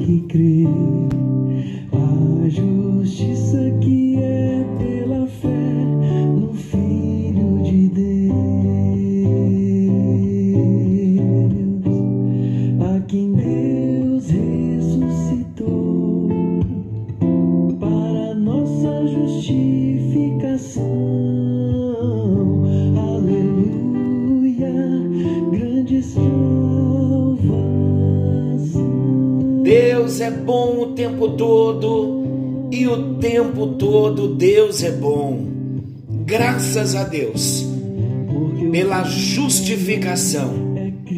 que crer. A justiça que é pela fé no Filho de Deus, a quem Deus ressuscitou para nossa justificação. Aleluia, grande salvação. Deus é bom o tempo todo, e o tempo todo Deus é bom. Graças a Deus pela justificação.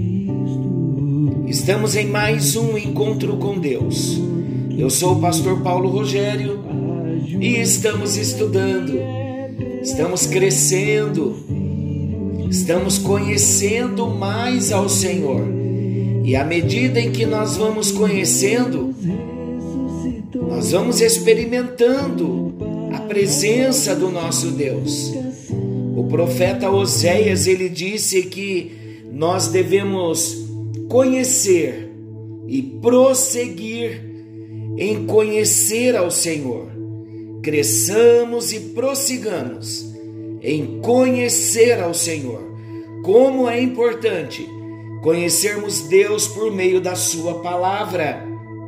Estamos em mais um encontro com Deus. Eu sou o pastor Paulo Rogério e estamos estudando, estamos crescendo, estamos conhecendo mais ao Senhor. E à medida em que nós vamos conhecendo, nós vamos experimentando a presença do nosso Deus. O profeta Oséias, ele disse que nós devemos conhecer e prosseguir em conhecer ao Senhor. Cresçamos e prossigamos em conhecer ao Senhor. Como é importante conhecermos Deus por meio da sua palavra.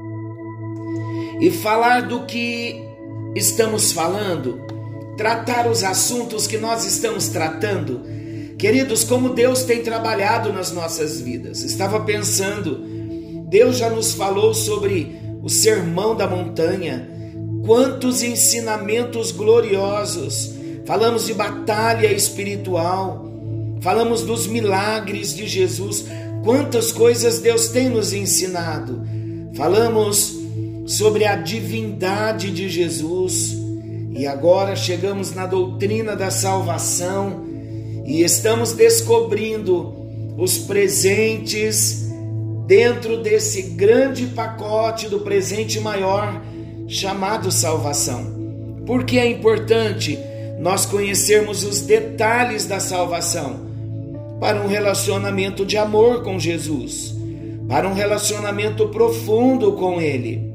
E falar do que estamos falando, tratar os assuntos que nós estamos tratando. Queridos, como Deus tem trabalhado nas nossas vidas. Estava pensando, Deus já nos falou sobre o Sermão da Montanha. Quantos ensinamentos gloriosos. Falamos de batalha espiritual. Falamos dos milagres de Jesus. Quantas coisas Deus tem nos ensinado. Falamos sobre a divindade de Jesus. E agora chegamos na doutrina da salvação e estamos descobrindo os presentes dentro desse grande pacote do presente maior chamado salvação. Por que é importante nós conhecermos os detalhes da salvação? Para um relacionamento de amor com Jesus, para um relacionamento profundo com Ele.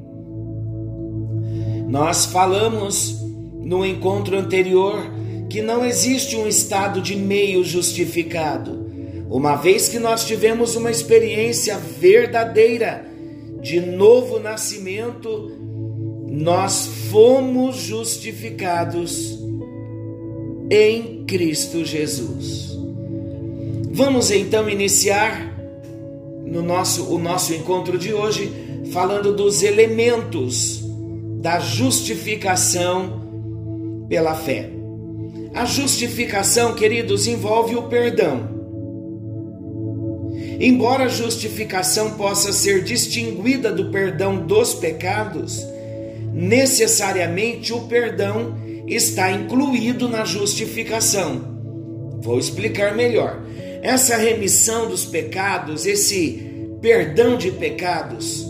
Nós falamos no encontro anterior que não existe um estado de meio justificado, uma vez que nós tivemos uma experiência verdadeira de novo nascimento, nós fomos justificados em Cristo Jesus. Vamos então iniciar o nosso encontro de hoje falando dos elementos da justificação pela fé. A justificação, queridos, envolve o perdão. Embora a justificação possa ser distinguida do perdão dos pecados, necessariamente o perdão está incluído na justificação. Vou explicar melhor. Essa remissão dos pecados, esse perdão de pecados,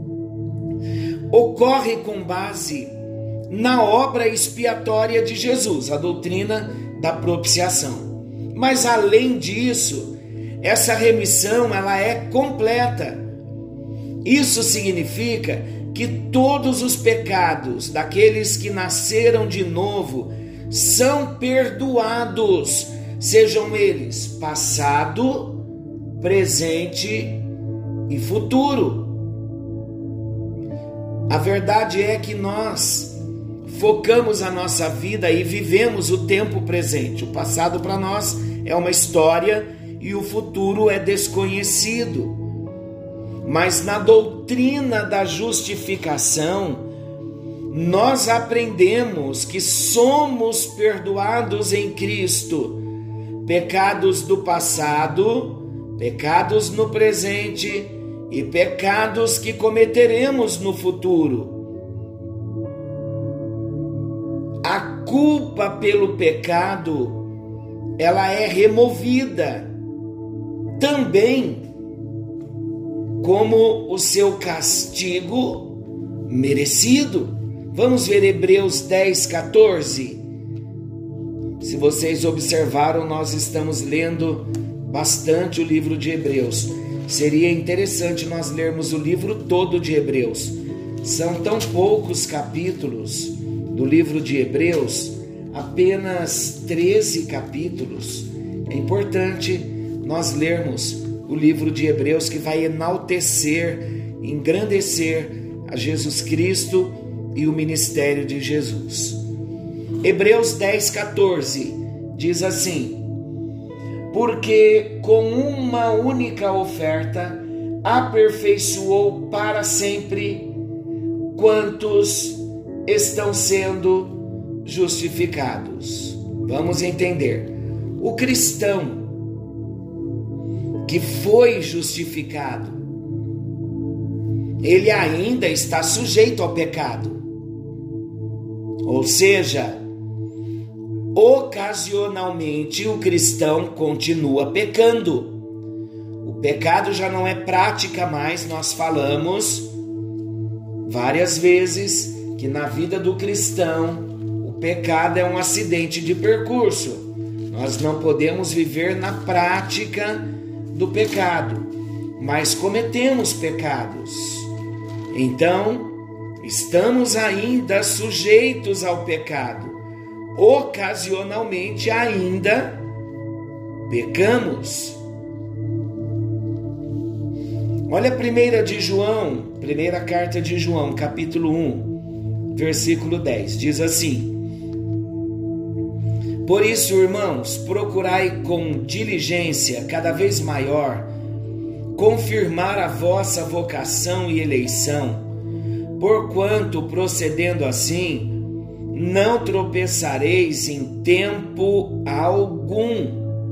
ocorre com base na obra expiatória de Jesus, a doutrina da propiciação. Mas além disso, essa remissão ela é completa. Isso significa que todos os pecados daqueles que nasceram de novo são perdoados, sejam eles passado, presente e futuro. A verdade é que nós focamos a nossa vida e vivemos o tempo presente. O passado para nós é uma história e o futuro é desconhecido. Mas na doutrina da justificação, nós aprendemos que somos perdoados em Cristo. Pecados do passado, pecados no presente e pecados que cometeremos no futuro. A culpa pelo pecado, ela é removida também, como o seu castigo merecido. Vamos ver Hebreus 10, 14. Se vocês observaram, nós estamos lendo bastante o livro de Hebreus. Seria interessante nós lermos o livro todo de Hebreus, São tão poucos capítulos do livro de Hebreus, apenas 13 capítulos. É importante nós lermos o livro de Hebreus, que vai enaltecer, engrandecer a Jesus Cristo e o ministério de Jesus. Hebreus 10:14 diz assim: porque com uma única oferta aperfeiçoou para sempre quantos estão sendo justificados. Vamos entender. O cristão que foi justificado, ele ainda está sujeito ao pecado. Ou seja, ocasionalmente o cristão continua pecando. O pecado já não é prática mais. Nós falamos várias vezes que na vida do cristão o pecado é um acidente de percurso. Nós não podemos viver na prática do pecado, mas cometemos pecados. Então, estamos ainda sujeitos ao pecado. Ocasionalmente ainda pecamos. Olha a primeira carta de João, capítulo 1, versículo 10, diz assim: por isso, irmãos, procurai com diligência cada vez maior confirmar a vossa vocação e eleição, porquanto, procedendo assim, não tropeçareis em tempo algum.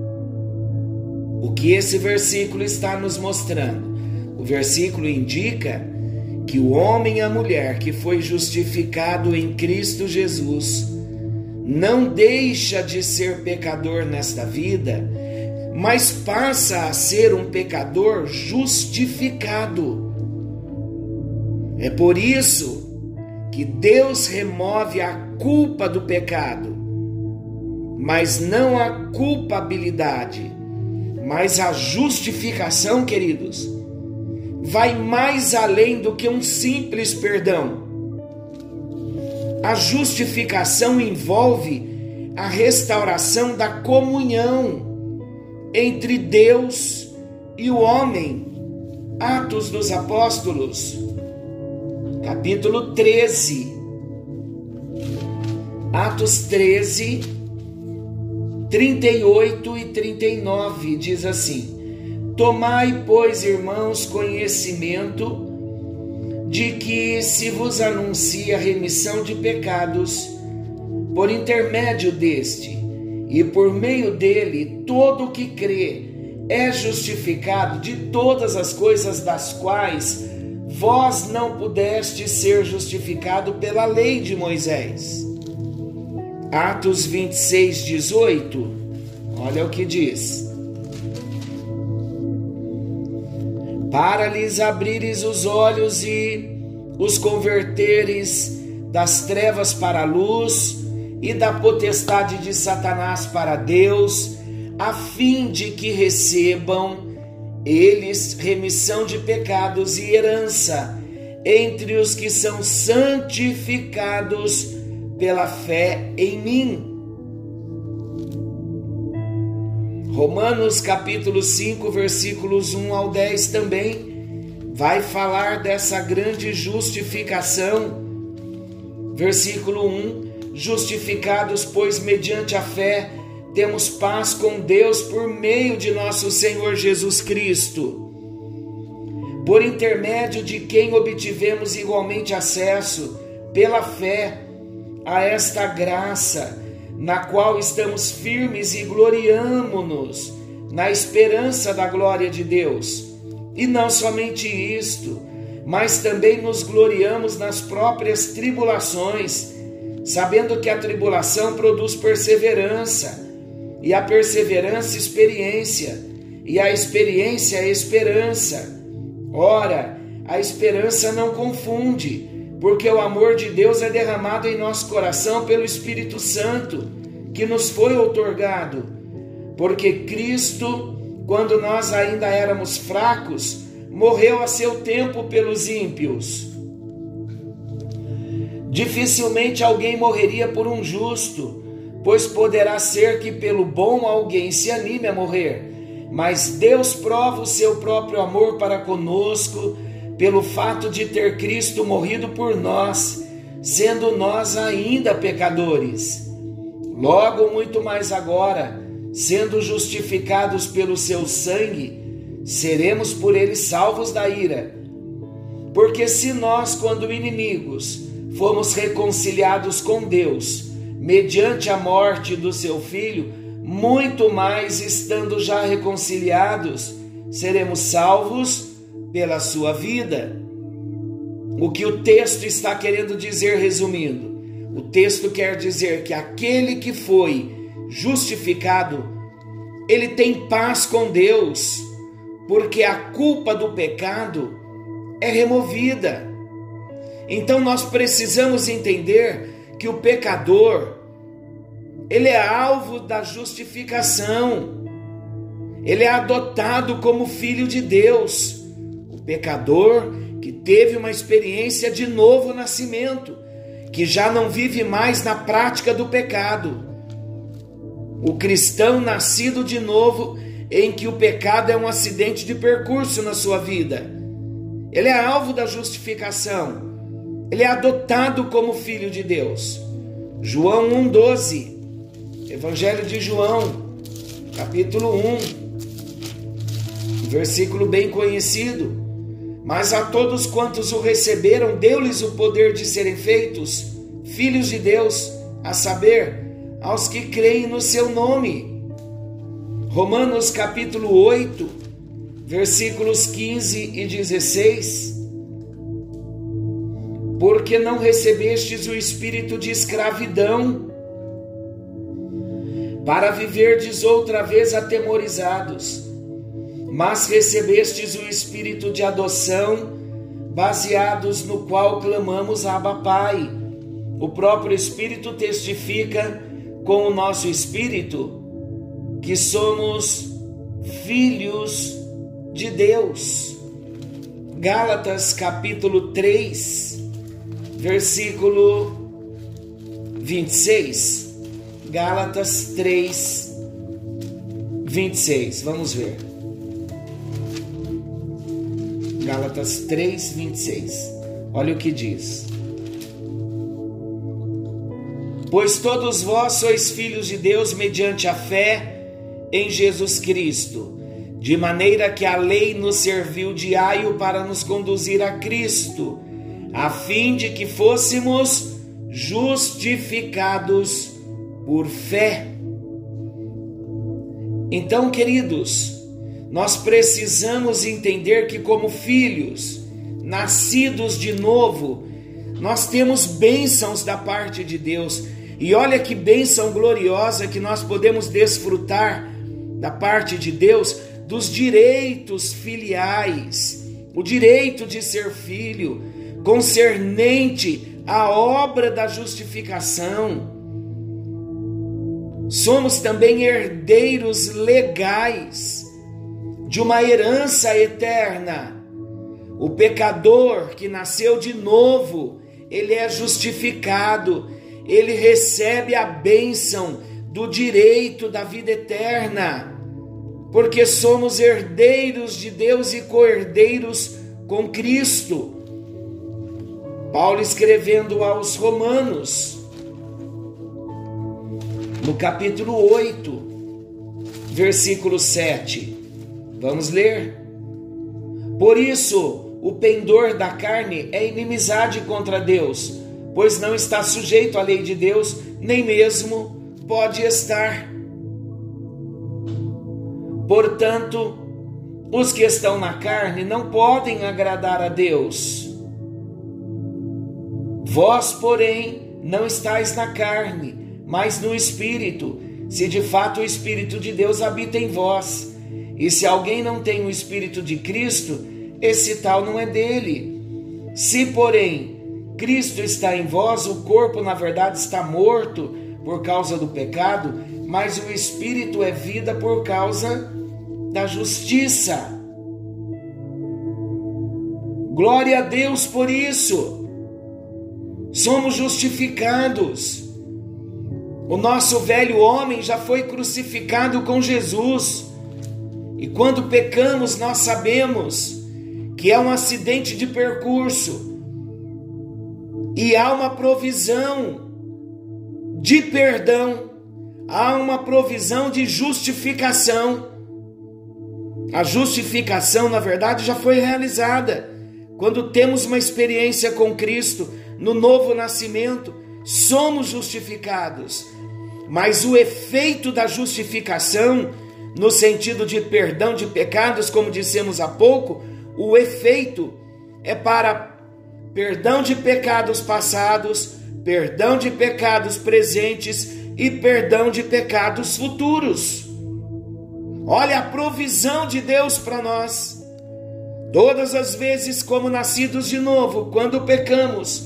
O que esse versículo está nos mostrando? O versículo indica que o homem e a mulher que foi justificado em Cristo Jesus não deixa de ser pecador nesta vida, mas passa a ser um pecador justificado. É por isso que Deus remove a culpa do pecado, mas não a culpabilidade, mas a justificação, queridos, vai mais além do que um simples perdão. A justificação envolve a restauração da comunhão entre Deus e o homem. Atos dos Apóstolos, capítulo 13. Atos 13, 38 e 39 diz assim: tomai, pois, irmãos, conhecimento de que se vos anuncia a remissão de pecados por intermédio deste, e por meio dele todo o que crê é justificado de todas as coisas das quais vós não pudestes ser justificado pela lei de Moisés. Atos 26, 18, olha o que diz: para lhes abrires os olhos e os converteres das trevas para a luz e da potestade de Satanás para Deus, a fim de que recebam eles remissão de pecados e herança entre os que são santificados pela fé em mim. Romanos capítulo 5, versículos 1 ao 10 também vai falar dessa grande justificação. Versículo 1: justificados, pois, mediante a fé, temos paz com Deus por meio de nosso Senhor Jesus Cristo, por intermédio de quem obtivemos igualmente acesso, pela fé, a esta graça, na qual estamos firmes e gloriamo-nos na esperança da glória de Deus. E não somente isto, mas também nos gloriamos nas próprias tribulações, sabendo que a tribulação produz perseverança, e a perseverança experiência, e a experiência esperança. Ora, a esperança não confunde, porque o amor de Deus é derramado em nosso coração pelo Espírito Santo, que nos foi outorgado. Porque Cristo, quando nós ainda éramos fracos, morreu a seu tempo pelos ímpios. Dificilmente alguém morreria por um justo, pois poderá ser que pelo bom alguém se anime a morrer. Mas Deus prova o seu próprio amor para conosco, pelo fato de ter Cristo morrido por nós, sendo nós ainda pecadores. Logo, muito mais agora, sendo justificados pelo seu sangue, seremos por ele salvos da ira. Porque se nós, quando inimigos, fomos reconciliados com Deus, mediante a morte do seu Filho, muito mais, estando já reconciliados, seremos salvos pela sua vida. O que o texto está querendo dizer, resumindo? O texto quer dizer que aquele que foi justificado, ele tem paz com Deus, porque a culpa do pecado é removida. Então nós precisamos entender que o pecador, ele é alvo da justificação, ele é adotado como filho de Deus. O pecador que teve uma experiência de novo nascimento, que já não vive mais na prática do pecado. O cristão nascido de novo, em que o pecado é um acidente de percurso na sua vida. Ele é alvo da justificação. Ele é adotado como filho de Deus. João 1,12. Evangelho de João, capítulo 1. Versículo bem conhecido. Mas a todos quantos o receberam, deu-lhes o poder de serem feitos filhos de Deus, a saber, aos que creem no seu nome. Romanos capítulo 8, versículos 15 e 16. Porque não recebestes o espírito de escravidão, para viverdes outra vez atemorizados, mas recebestes o espírito de adoção, baseados no qual clamamos Abba Pai. O próprio Espírito testifica com o nosso espírito que somos filhos de Deus. Gálatas capítulo 3, versículo 26. Gálatas 3, 26. Vamos ver. Gálatas 3, 26. Olha o que diz. Pois todos vós sois filhos de Deus mediante a fé em Jesus Cristo, de maneira que a lei nos serviu de aio para nos conduzir a Cristo, a fim de que fôssemos justificados por fé. Então, queridos, nós precisamos entender que como filhos, nascidos de novo, nós temos bênçãos da parte de Deus. E olha que bênção gloriosa que nós podemos desfrutar da parte de Deus, dos direitos filiais, o direito de ser filho, concernente à obra da justificação. Somos também herdeiros legais de uma herança eterna. O pecador que nasceu de novo, ele é justificado, ele recebe a bênção do direito da vida eterna, porque somos herdeiros de Deus e co-herdeiros com Cristo. Paulo escrevendo aos Romanos, no capítulo 8, versículo 7, vamos ler. Por isso, o pendor da carne é inimizade contra Deus, pois não está sujeito à lei de Deus, nem mesmo pode estar. Portanto, os que estão na carne não podem agradar a Deus. Vós, porém, não estáis na carne, mas no Espírito, se de fato o Espírito de Deus habita em vós. E se alguém não tem o Espírito de Cristo, esse tal não é dele. Se, porém, Cristo está em vós, o corpo, na verdade, está morto por causa do pecado, mas o Espírito é vida por causa da justiça. Glória a Deus por isso. somos justificados. O nosso velho homem já foi crucificado com Jesus. E quando pecamos, nós sabemos que é um acidente de percurso. E há uma provisão de perdão, há uma provisão de justificação. A justificação, na verdade, já foi realizada. Quando temos uma experiência com Cristo, no novo nascimento, somos justificados. Mas o efeito da justificação, no sentido de perdão de pecados, como dissemos há pouco, o efeito é para perdão de pecados passados, perdão de pecados presentes e perdão de pecados futuros. Olha a provisão de Deus para nós. Todas as vezes, como nascidos de novo, quando pecamos,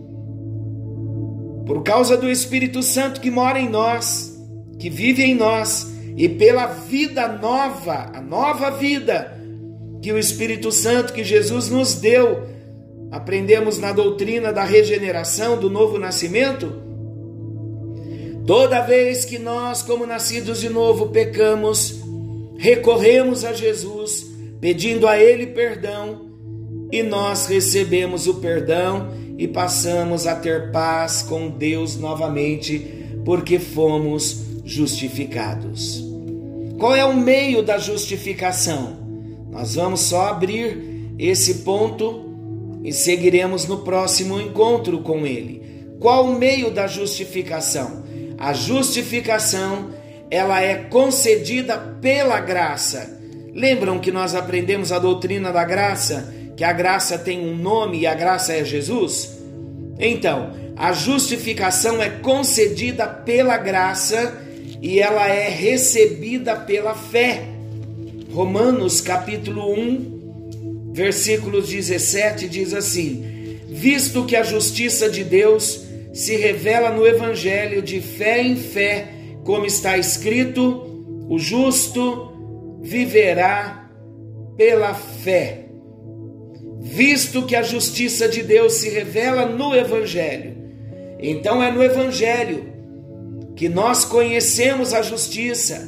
por causa do Espírito Santo que mora em nós, que vive em nós, e pela vida nova, a nova vida que o Espírito Santo, que Jesus nos deu, aprendemos na doutrina da regeneração, do novo nascimento. Toda vez que nós, como nascidos de novo, pecamos, recorremos a Jesus, pedindo a Ele perdão, e nós recebemos o perdão e passamos a ter paz com Deus novamente, porque fomos justificados. Qual é o meio da justificação? Nós vamos só abrir esse ponto e seguiremos no próximo encontro com ele. Qual o meio da justificação? A justificação, ela é concedida pela graça. Lembram que nós aprendemos a doutrina da graça? Que a graça tem um nome e a graça é Jesus? Então, a justificação é concedida pela graça e ela é recebida pela fé. Romanos capítulo 1, versículo 17 diz assim: visto que a justiça de Deus se revela no Evangelho de fé em fé, como está escrito, o justo viverá pela fé. Visto que a justiça de Deus se revela no Evangelho, então é no Evangelho que nós conhecemos a justiça.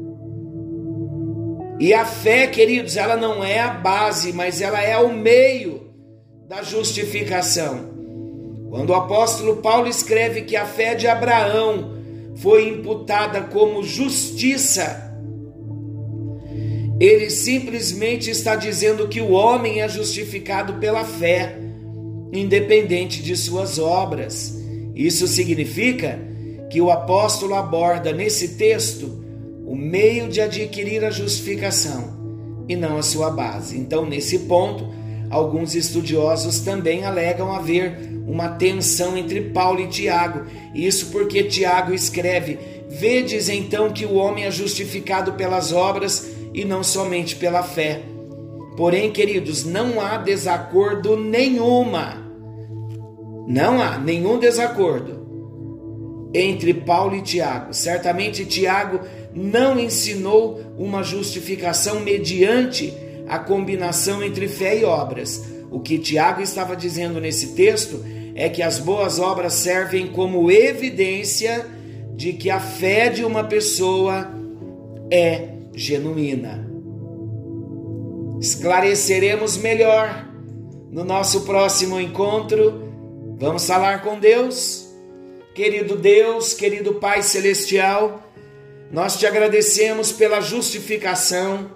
E a fé, queridos, ela não é a base, mas ela é o meio da justificação. Quando o apóstolo Paulo escreve que a fé de Abraão foi imputada como justiça, ele simplesmente está dizendo que o homem é justificado pela fé, independente de suas obras. Isso significa que o apóstolo aborda nesse texto o meio de adquirir a justificação e não a sua base. Então, nesse ponto, alguns estudiosos também alegam haver uma tensão entre Paulo e Tiago. Isso porque Tiago escreve: vedes então que o homem é justificado pelas obras e não somente pela fé. Porém, queridos, não há desacordo nenhuma. Não há nenhum desacordo entre Paulo e Tiago. Certamente Tiago não ensinou uma justificação mediante a combinação entre fé e obras. O que Tiago estava dizendo nesse texto é que as boas obras servem como evidência de que a fé de uma pessoa é genuína. Esclareceremos melhor no nosso próximo encontro. Vamos falar com Deus. Querido Deus, querido Pai Celestial, nós te agradecemos pela justificação,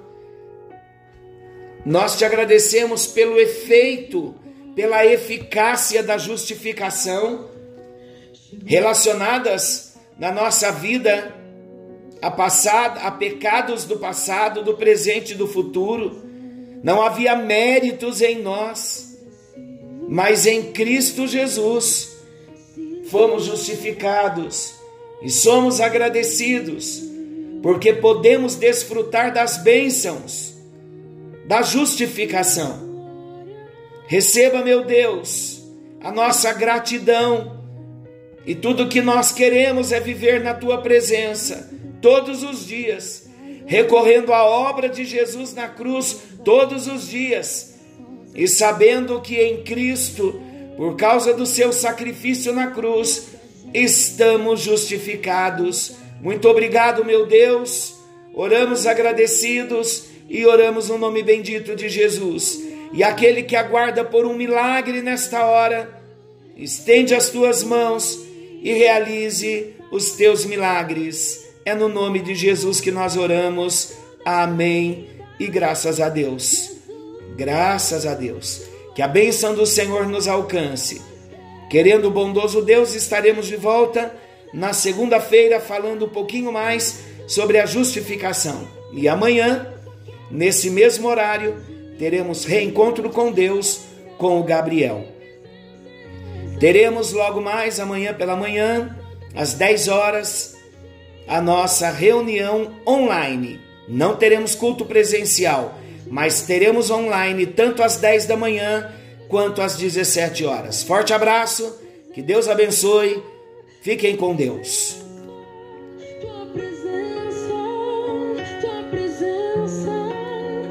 nós te agradecemos pelo efeito, pela eficácia da justificação, relacionadas na nossa vida a pecados do passado, do presente e do futuro. Não havia méritos em nós, mas em Cristo Jesus fomos justificados e somos agradecidos, porque podemos desfrutar das bênçãos da justificação. Receba, meu Deus, a nossa gratidão, e tudo que nós queremos é viver na Tua presença todos os dias, recorrendo à obra de Jesus na cruz todos os dias, e sabendo que em Cristo Por causa do seu sacrifício na cruz, estamos justificados. Muito obrigado, meu Deus. Oramos agradecidos e oramos no nome bendito de Jesus. E aquele que aguarda por um milagre nesta hora, estende as tuas mãos e realize os teus milagres. É no nome de Jesus que nós oramos. Amém. E graças a Deus. Graças a Deus. Que a bênção do Senhor nos alcance. Querendo o bondoso Deus, estaremos de volta na segunda-feira falando um pouquinho mais sobre a justificação. E amanhã, nesse mesmo horário, teremos reencontro com Deus com o Gabriel. Teremos logo mais amanhã pela manhã, às 10 horas, a nossa reunião online. Não teremos culto presencial, mas teremos online tanto às 10 da manhã quanto às 17 horas. Forte abraço, que Deus abençoe, fiquem com Deus.